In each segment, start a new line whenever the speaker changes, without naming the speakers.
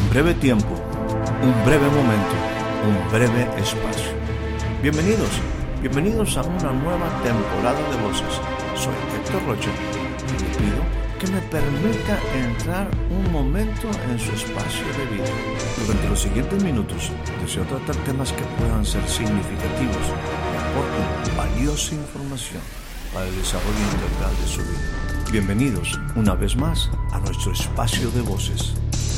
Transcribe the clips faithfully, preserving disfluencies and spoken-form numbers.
breve tiempo, un breve momento, un breve espacio. Bienvenidos, bienvenidos a una nueva temporada de Voces. Soy Héctor Rocha y le pido que me permita entrar un momento en su espacio de vida. Durante los siguientes minutos deseo tratar temas que puedan ser significativos y aporten valiosa información para el desarrollo integral de su vida. Bienvenidos una vez más a nuestro espacio de Voces.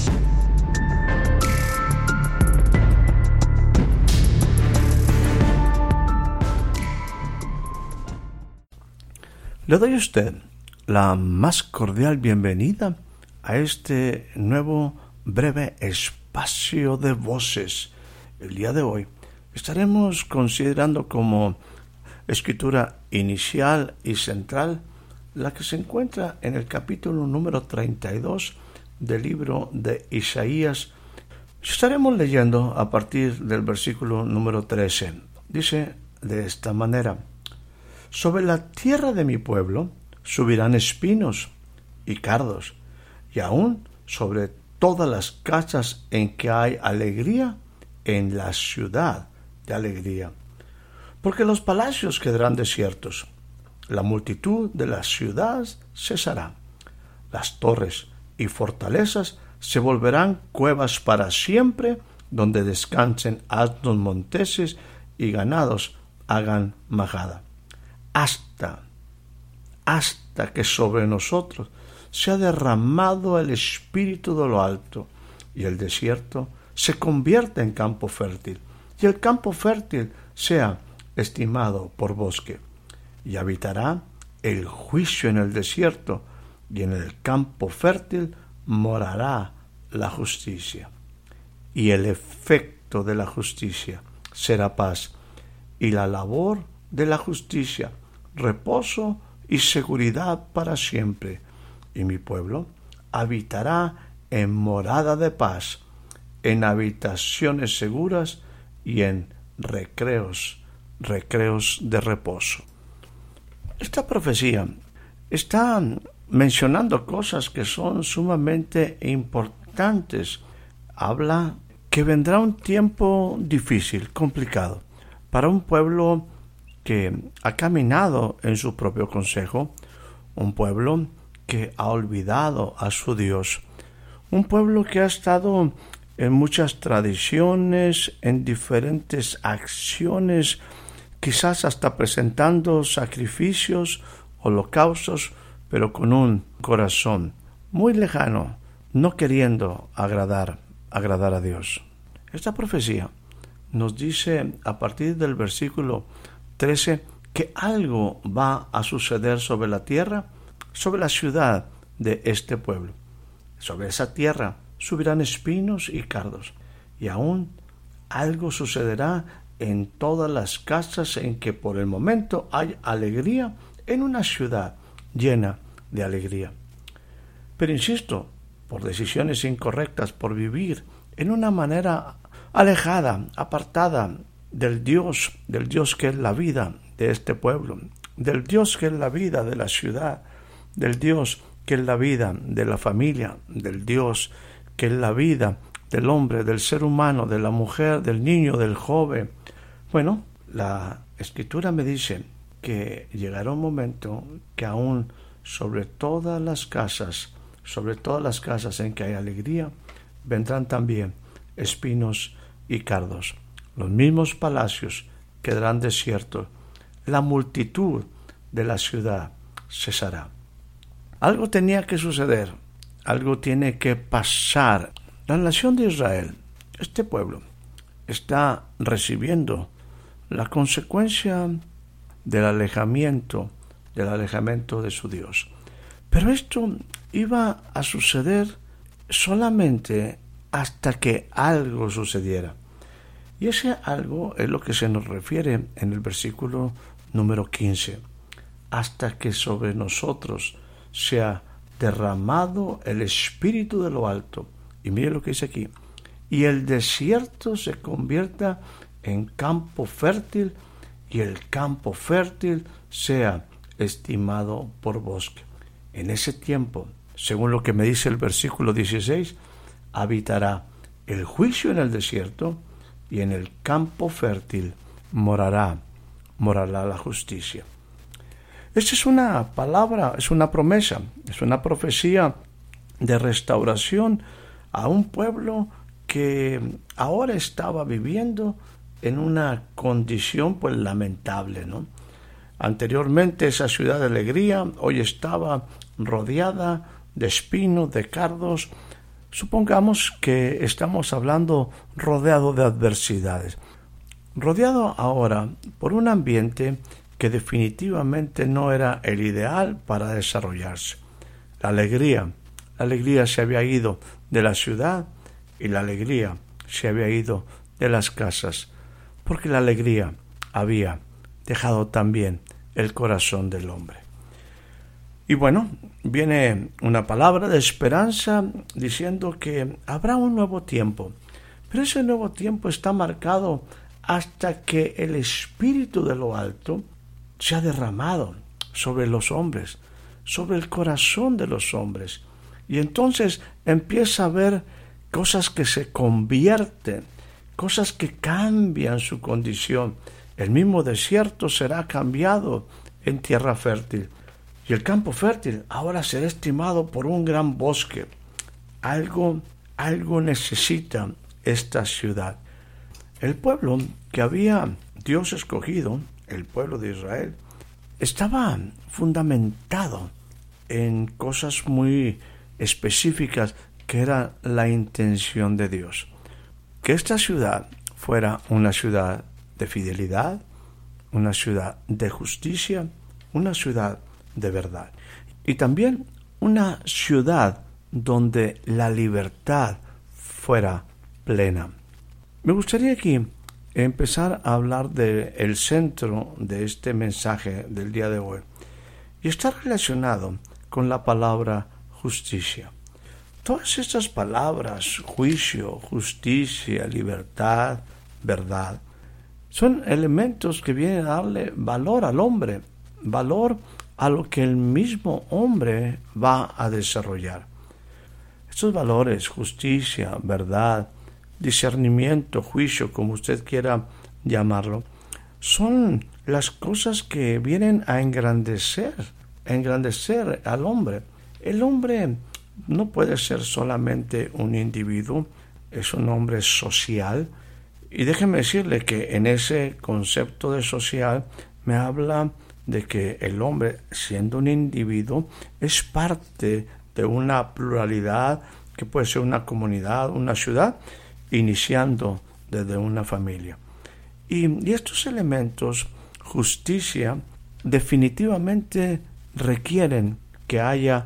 Le doy a usted la más cordial bienvenida a este nuevo breve espacio de Voces. El día de hoy estaremos considerando como escritura inicial y central la que se encuentra en el capítulo número treinta y dos del libro de Isaías. Estaremos leyendo a partir del versículo número trece. Dice de esta manera: sobre la tierra de mi pueblo subirán espinos y cardos, y aún sobre todas las casas en que hay alegría, en la ciudad de alegría. Porque los palacios quedarán desiertos, la multitud de las ciudades cesará, las torres y fortalezas se volverán cuevas para siempre, donde descansen asnos monteses y ganados hagan majada. Hasta, hasta que sobre nosotros se ha derramado el espíritu de lo alto, y el desierto se convierta en campo fértil, y el campo fértil sea estimado por bosque, y habitará el juicio en el desierto, y en el campo fértil morará la justicia. Y el efecto de la justicia será paz, y la labor de la justicia reposo y seguridad para siempre, y mi pueblo habitará en morada de paz, en habitaciones seguras y en recreos, recreos de reposo. Esta profecía está mencionando cosas que son sumamente importantes. Habla que vendrá un tiempo difícil, complicado, para un pueblo que ha caminado en su propio consejo, un pueblo que ha olvidado a su Dios, un pueblo que ha estado en muchas tradiciones, en diferentes acciones, quizás hasta presentando sacrificios, holocaustos, pero con un corazón muy lejano, no queriendo agradar, agradar a Dios. Esta profecía nos dice a partir del versículo trece que algo va a suceder sobre la tierra, sobre la ciudad de este pueblo. Sobre esa tierra subirán espinos y cardos, y aún algo sucederá en todas las casas en que por el momento hay alegría, en una ciudad llena de alegría. Pero insisto, por decisiones incorrectas, por vivir en una manera alejada, apartada del Dios, del Dios que es la vida de este pueblo, del Dios que es la vida de la ciudad, del Dios que es la vida de la familia, del Dios que es la vida del hombre, del ser humano, de la mujer, del niño, del joven. Bueno, la Escritura me dice que llegará un momento que aún sobre todas las casas, sobre todas las casas en que hay alegría, vendrán también espinos y cardos. Los mismos palacios quedarán desiertos. La multitud de la ciudad cesará. Algo tenía que suceder. Algo tiene que pasar. La nación de Israel, este pueblo, está recibiendo la consecuencia del alejamiento, del alejamiento de su Dios. Pero esto iba a suceder solamente hasta que algo sucediera. Y ese algo es lo que se nos refiere en el versículo número quince. Hasta que sobre nosotros sea derramado el espíritu de lo alto. Y mire lo que dice aquí. Y el desierto se convierta en campo fértil, y el campo fértil sea estimado por bosque. En ese tiempo, según lo que me dice el versículo dieciséis, habitará el juicio en el desierto, y en el campo fértil morará, morará la justicia. Esta es una palabra, es una promesa, es una profecía de restauración a un pueblo que ahora estaba viviendo en una condición pues lamentable, ¿no? Anteriormente esa ciudad de alegría hoy estaba rodeada de espinos, de cardos. Supongamos que estamos hablando rodeado de adversidades, rodeado ahora por un ambiente que definitivamente no era el ideal para desarrollarse. La alegría, la alegría se había ido de la ciudad y la alegría se había ido de las casas, porque la alegría había dejado también el corazón del hombre. Y bueno, viene una palabra de esperanza diciendo que habrá un nuevo tiempo, pero ese nuevo tiempo está marcado hasta que el Espíritu de lo alto se ha derramado sobre los hombres, sobre el corazón de los hombres. Y entonces empieza a ver cosas que se convierten, cosas que cambian su condición. El mismo desierto será cambiado en tierra fértil. Y el campo fértil ahora será estimado por un gran bosque. Algo, algo necesita esta ciudad. El pueblo que había Dios escogido, el pueblo de Israel, estaba fundamentado en cosas muy específicas que era la intención de Dios. Que esta ciudad fuera una ciudad de fidelidad, una ciudad de justicia, una ciudad de verdad. Y también una ciudad donde la libertad fuera plena. Me gustaría aquí empezar a hablar del centro de este mensaje del día de hoy. Y está relacionado con la palabra justicia. Todas estas palabras, juicio, justicia, libertad, verdad, son elementos que vienen a darle valor al hombre, valor a lo que el mismo hombre va a desarrollar. Estos valores, justicia, verdad, discernimiento, juicio, como usted quiera llamarlo, son las cosas que vienen a engrandecer, a engrandecer al hombre. El hombre no puede ser solamente un individuo, es un hombre social. Y déjeme decirle que en ese concepto de social me habla de que el hombre, siendo un individuo, es parte de una pluralidad que puede ser una comunidad, una ciudad, iniciando desde una familia. Y, y estos elementos, justicia, definitivamente requieren que haya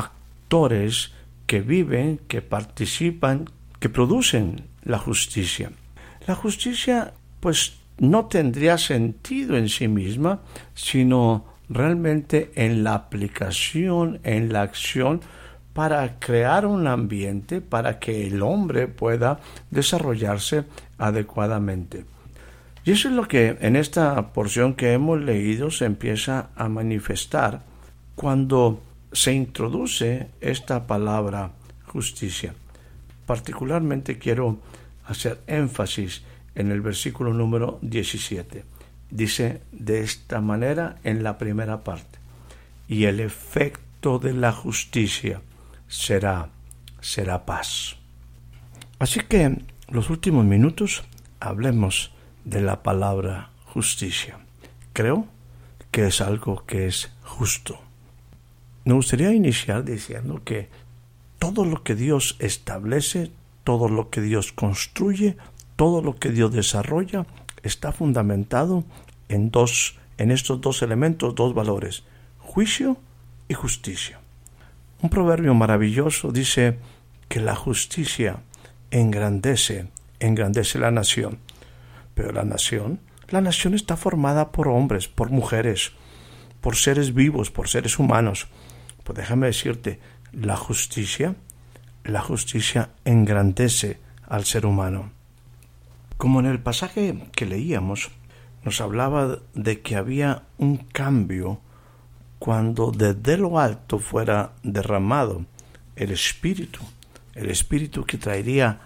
actores que viven, que participan, que producen la justicia. La justicia, pues, no tendría sentido en sí misma, sino realmente en la aplicación, en la acción, para crear un ambiente para que el hombre pueda desarrollarse adecuadamente. Y eso es lo que en esta porción que hemos leído se empieza a manifestar cuando se introduce esta palabra justicia. Particularmente quiero hacer énfasis en el versículo número diecisiete. Dice de esta manera en la primera parte: y el efecto de la justicia será, será paz. Así que los últimos minutos hablemos de la palabra justicia. Creo que es algo que es justo. Me gustaría iniciar diciendo que todo lo que Dios establece, todo lo que Dios construye, todo lo que Dios desarrolla está fundamentado en dos, en estos dos elementos, dos valores: juicio y justicia. Un proverbio maravilloso dice que la justicia engrandece, engrandece la nación. Pero la nación, la nación está formada por hombres, por mujeres, por seres vivos, por seres humanos. Pues déjame decirte, la justicia, la justicia engrandece al ser humano. Como en el pasaje que leíamos, nos hablaba de que había un cambio cuando desde lo alto fuera derramado el Espíritu, el Espíritu que traería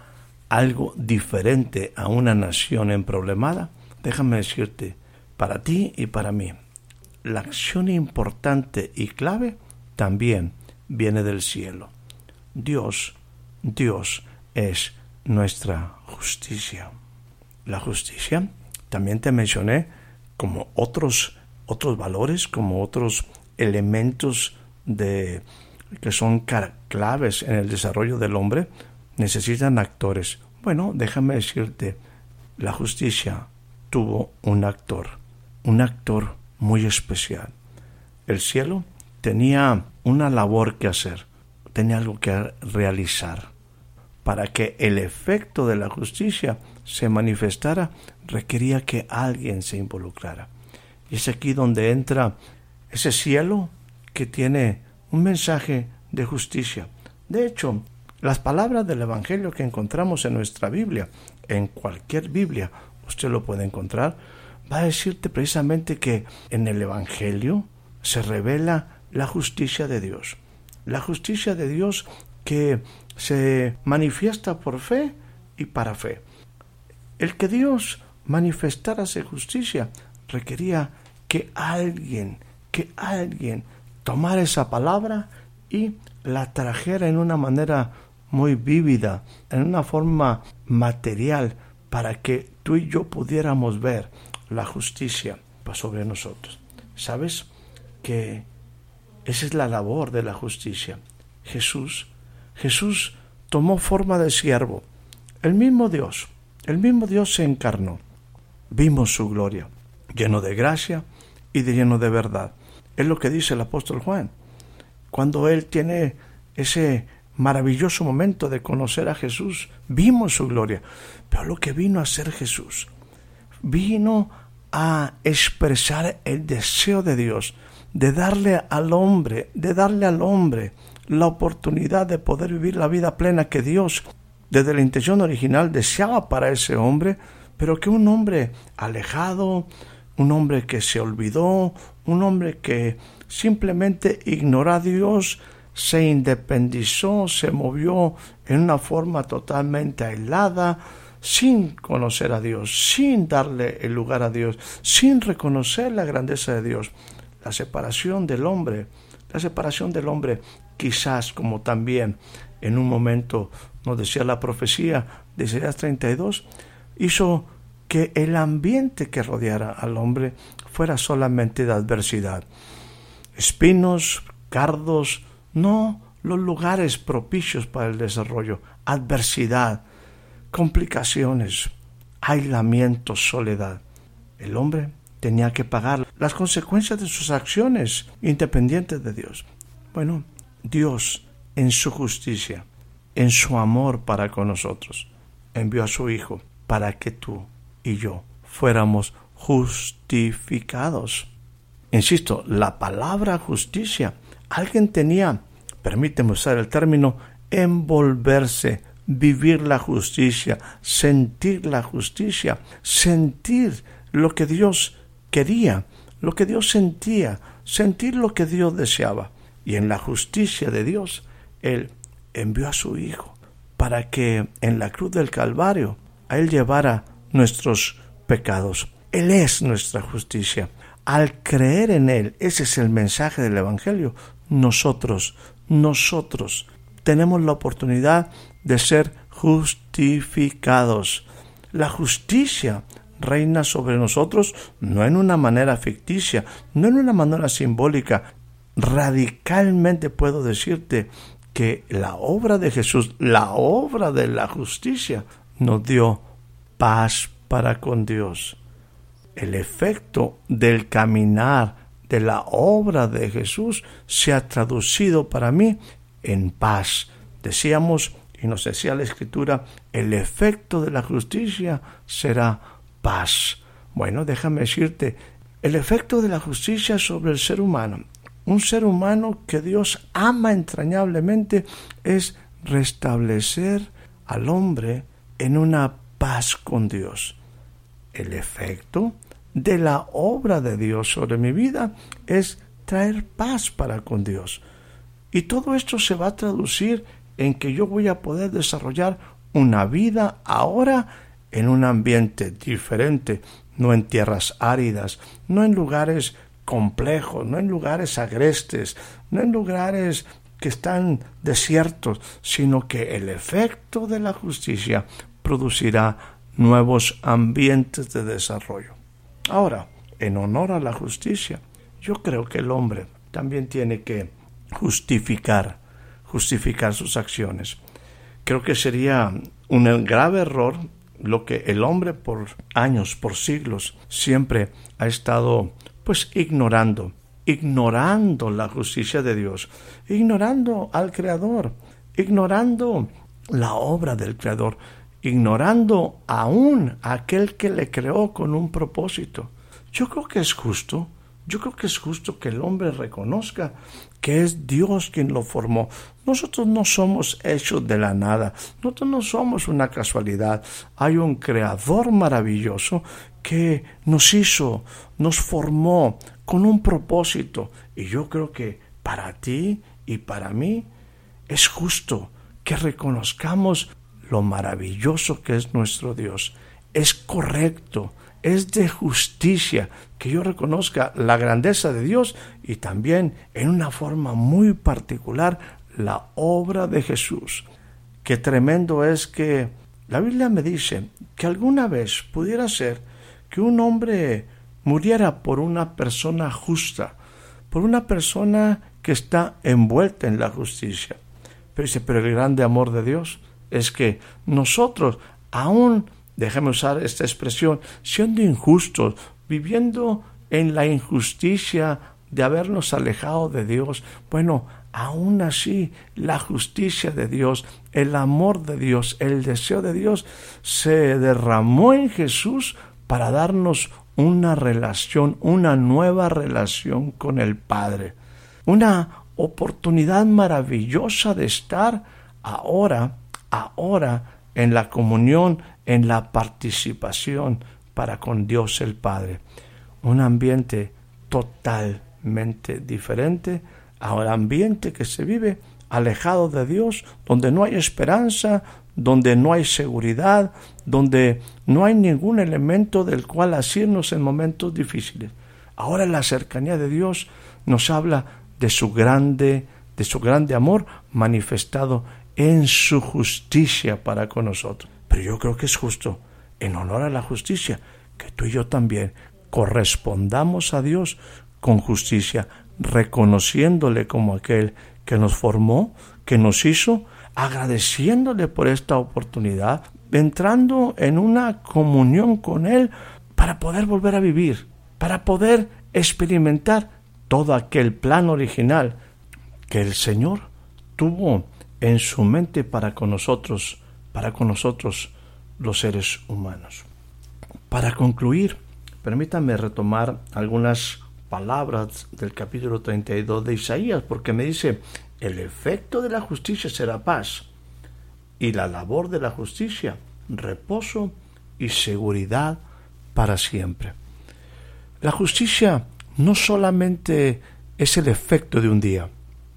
algo diferente a una nación emproblemada, déjame decirte, para ti y para mí, la acción importante y clave también viene del cielo. Dios, Dios es nuestra justicia. La justicia, también te mencioné, como otros, otros valores, como otros elementos de, que son claves en el desarrollo del hombre, necesitan actores. Bueno, déjame decirte, la justicia tuvo un actor, un actor muy especial. El cielo tenía una labor que hacer, tenía algo que realizar. Para que el efecto de la justicia se manifestara, requería que alguien se involucrara. Y es aquí donde entra ese cielo que tiene un mensaje de justicia. De hecho, las palabras del Evangelio que encontramos en nuestra Biblia, en cualquier Biblia, usted lo puede encontrar, va a decirte precisamente que en el Evangelio se revela la justicia de Dios. La justicia de Dios que se manifiesta por fe y para fe. El que Dios manifestara su justicia requería que alguien, que alguien tomara esa palabra y la trajera en una manera muy vívida, en una forma material, para que tú y yo pudiéramos ver la justicia sobre nosotros. ¿Sabes? Que esa es la labor de la justicia. Jesús, Jesús tomó forma de siervo. El mismo Dios, el mismo Dios se encarnó. Vimos su gloria, lleno de gracia y de lleno de verdad. Es lo que dice el apóstol Juan. Cuando él tiene ese maravilloso momento de conocer a Jesús, vimos su gloria. Pero lo que vino a hacer Jesús, vino a expresar el deseo de Dios, de darle al hombre, de darle al hombre la oportunidad de poder vivir la vida plena que Dios, desde la intención original, deseaba para ese hombre, pero que un hombre alejado, un hombre que se olvidó, un hombre que simplemente ignoró a Dios, se independizó, se movió en una forma totalmente aislada, sin conocer a Dios, sin darle el lugar a Dios, sin reconocer la grandeza de Dios. La separación del hombre, la separación del hombre, quizás como también en un momento nos decía la profecía de Isaías treinta y dos, hizo que el ambiente que rodeara al hombre fuera solamente de adversidad. Espinos, cardos, no los lugares propicios para el desarrollo, adversidad, complicaciones, aislamiento, soledad. El hombre tenía que pagar las consecuencias de sus acciones independientes de Dios. Bueno, Dios en su justicia, en su amor para con nosotros, envió a su Hijo para que tú y yo fuéramos justificados. Insisto, la palabra justicia, alguien tenía, permíteme usar el término, envolverse, vivir la justicia, sentir la justicia, sentir lo que Dios quería, lo que Dios sentía, sentir lo que Dios deseaba. Y en la justicia de Dios, Él envió a su Hijo para que en la cruz del Calvario a Él llevara nuestros pecados. Él es nuestra justicia. Al creer en Él, ese es el mensaje del Evangelio, nosotros, nosotros tenemos la oportunidad de ser justificados. La justicia reina sobre nosotros no en una manera ficticia, no en una manera simbólica. Radicalmente puedo decirte que la obra de Jesús, la obra de la justicia, nos dio paz para con Dios. El efecto del caminar de la obra de Jesús se ha traducido para mí en paz. Decíamos, y nos decía la Escritura, el efecto de la justicia será paz. Bueno, déjame decirte, el efecto de la justicia sobre el ser humano, un ser humano que Dios ama entrañablemente, es restablecer al hombre en una paz con Dios. El efecto de la obra de Dios sobre mi vida es traer paz para con Dios. Y todo esto se va a traducir en que yo voy a poder desarrollar una vida ahora en un ambiente diferente, no en tierras áridas, no en lugares complejos, no en lugares agrestes, no en lugares que están desiertos, sino que el efecto de la justicia producirá nuevos ambientes de desarrollo. Ahora, en honor a la justicia, yo creo que el hombre también tiene que justificar, justificar sus acciones. Creo que sería un grave error lo que el hombre por años, por siglos, siempre ha estado pues ignorando, ignorando la justicia de Dios, ignorando al Creador, ignorando la obra del Creador, ignorando aún a aquel que le creó con un propósito. Yo creo que es justo, yo creo que es justo que el hombre reconozca que es Dios quien lo formó. Nosotros no somos hechos de la nada, nosotros no somos una casualidad. Hay un Creador maravilloso que nos hizo, nos formó con un propósito. Y yo creo que para ti y para mí es justo que reconozcamos lo maravilloso que es nuestro Dios. Es correcto, es de justicia que yo reconozca la grandeza de Dios y también en una forma muy particular la obra de Jesús. Qué tremendo es que la Biblia me dice que alguna vez pudiera ser que un hombre muriera por una persona justa, por una persona que está envuelta en la justicia. Pero dice, pero el grande amor de Dios es que nosotros, aún, déjeme usar esta expresión, siendo injustos, viviendo en la injusticia de habernos alejado de Dios, bueno, aún así la justicia de Dios, el amor de Dios, el deseo de Dios se derramó en Jesús para darnos una relación, una nueva relación con el Padre, una oportunidad maravillosa de estar ahora, ahora en la comunión, en la participación para con Dios el Padre. Un ambiente totalmente diferente al ambiente que se vive alejado de Dios, donde no hay esperanza, donde no hay seguridad, donde no hay ningún elemento del cual asirnos en momentos difíciles. Ahora la cercanía de Dios nos habla de su grande, de su grande amor manifestado en su justicia para con nosotros. Pero yo creo que es justo, en honor a la justicia, que tú y yo también correspondamos a Dios con justicia, reconociéndole como aquel que nos formó, que nos hizo, agradeciéndole por esta oportunidad, entrando en una comunión con Él para poder volver a vivir, para poder experimentar todo aquel plan original que el Señor tuvo en su mente para con nosotros, para con nosotros los seres humanos. Para concluir, permítanme retomar algunas palabras del capítulo treinta y dos de Isaías, porque me dice, el efecto de la justicia será paz, y la labor de la justicia, reposo y seguridad para siempre. La justicia no solamente es el efecto de un día.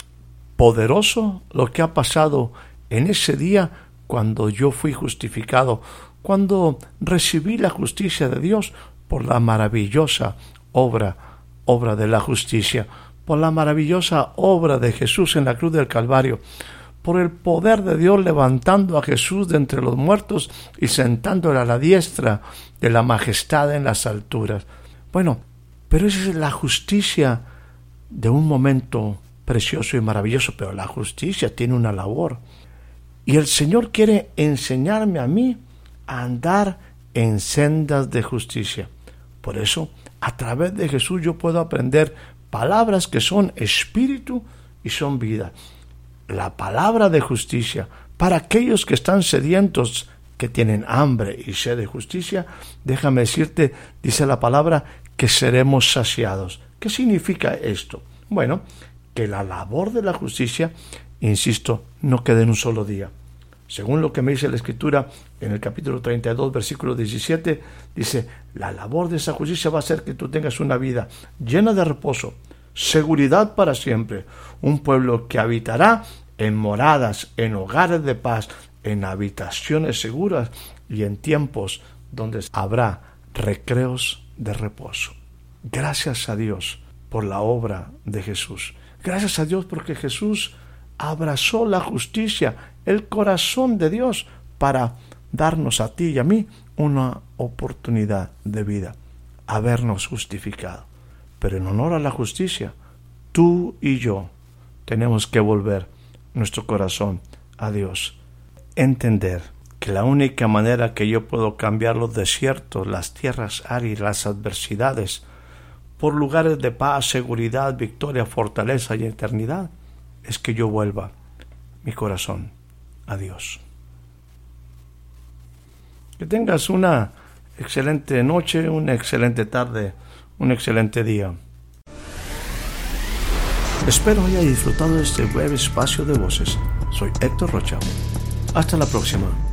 Poderoso lo que ha pasado en ese día cuando yo fui justificado, cuando recibí la justicia de Dios por la maravillosa obra, obra de la justicia, por la maravillosa obra de Jesús en la cruz del Calvario, por el poder de Dios levantando a Jesús de entre los muertos y sentándole a la diestra de la majestad en las alturas. Bueno, pero esa es la justicia de un momento precioso y maravilloso, pero la justicia tiene una labor. Y el Señor quiere enseñarme a mí a andar en sendas de justicia. Por eso, a través de Jesús yo puedo aprender palabras que son espíritu y son vida. La palabra de justicia, para aquellos que están sedientos, que tienen hambre y sed de justicia, déjame decirte, dice la palabra, que seremos saciados. ¿Qué significa esto? Bueno, que la labor de la justicia, insisto, no quede en un solo día. Según lo que me dice la Escritura en el capítulo treinta y dos, versículo diecisiete, dice, la labor de esa justicia va a ser que tú tengas una vida llena de reposo, seguridad para siempre, un pueblo que habitará en moradas, en hogares de paz, en habitaciones seguras y en tiempos donde habrá recreos de reposo. Gracias a Dios por la obra de Jesús. Gracias a Dios porque Jesús abrazó la justicia, el corazón de Dios, para darnos a ti y a mí una oportunidad de vida, habernos justificado. Pero en honor a la justicia, tú y yo tenemos que volver nuestro corazón a Dios. Entender que la única manera que yo puedo cambiar los desiertos, las tierras áridas, las adversidades, por lugares de paz, seguridad, victoria, fortaleza y eternidad, es que yo vuelva mi corazón a Dios. Que tengas una excelente noche, una excelente tarde, un excelente día. Espero haya disfrutado de este breve espacio de voces. Soy Héctor Rocha. Hasta la próxima.